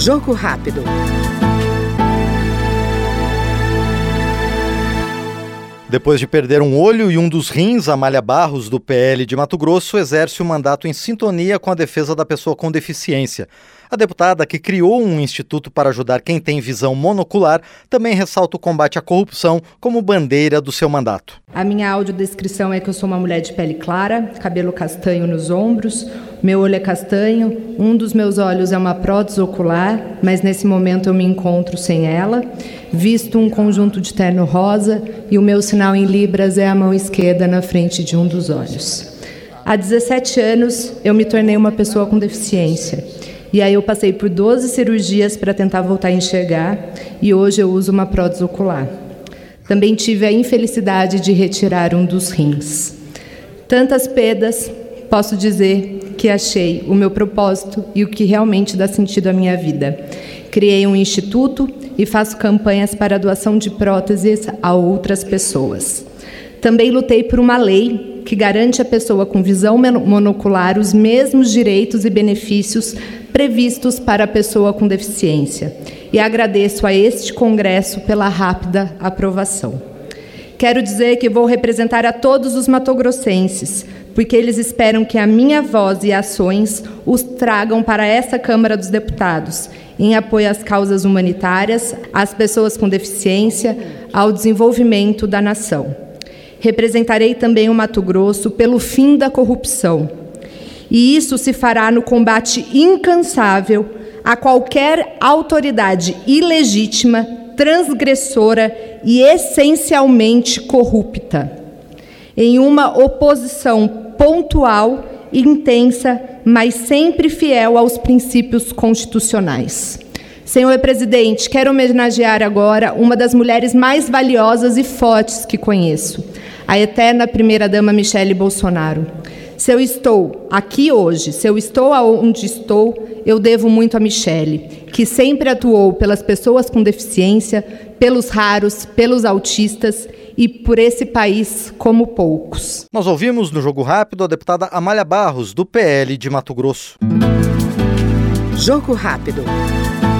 Jogo rápido. Depois de perder um olho e um dos rins, Amália Barros, do PL de Mato Grosso, exerce um mandato em sintonia com a defesa da pessoa com deficiência. A deputada, que criou um instituto para ajudar quem tem visão monocular, também ressalta o combate à corrupção como bandeira do seu mandato. A minha audiodescrição é que eu sou uma mulher de pele clara, cabelo castanho nos ombros, meu olho é castanho, um dos meus olhos é uma prótese ocular, mas nesse momento eu me encontro sem ela. Visto um conjunto de terno rosa e o meu sinal em libras é a mão esquerda na frente de um dos olhos. Há 17 anos eu me tornei uma pessoa com deficiência. E aí eu passei por 12 cirurgias para tentar voltar a enxergar e hoje eu uso uma prótese ocular. Também tive a infelicidade de retirar um dos rins. Tantas perdas, posso dizer que achei o meu propósito e o que realmente dá sentido à minha vida. Criei um instituto e faço campanhas para a doação de próteses a outras pessoas. Também lutei por uma lei que garante à pessoa com visão monocular os mesmos direitos e benefícios previstos para a pessoa com deficiência. E agradeço a este Congresso pela rápida aprovação. Quero dizer que vou representar a todos os matogrossenses, porque eles esperam que a minha voz e ações os tragam para essa Câmara dos Deputados, em apoio às causas humanitárias, às pessoas com deficiência, ao desenvolvimento da nação. Representarei também o Mato Grosso pelo fim da corrupção. E isso se fará no combate incansável a qualquer autoridade ilegítima, transgressora e essencialmente corrupta, em uma oposição pontual e intensa, mas sempre fiel aos princípios constitucionais. Senhor presidente, quero homenagear agora uma das mulheres mais valiosas e fortes que conheço, a eterna primeira-dama Michele Bolsonaro. Se eu estou aqui hoje, se eu estou onde estou, eu devo muito a Michele, que sempre atuou pelas pessoas com deficiência, pelos raros, pelos autistas e por esse país como poucos. Nós ouvimos no Jogo Rápido a deputada Amália Barros, do PL de Mato Grosso. Jogo rápido.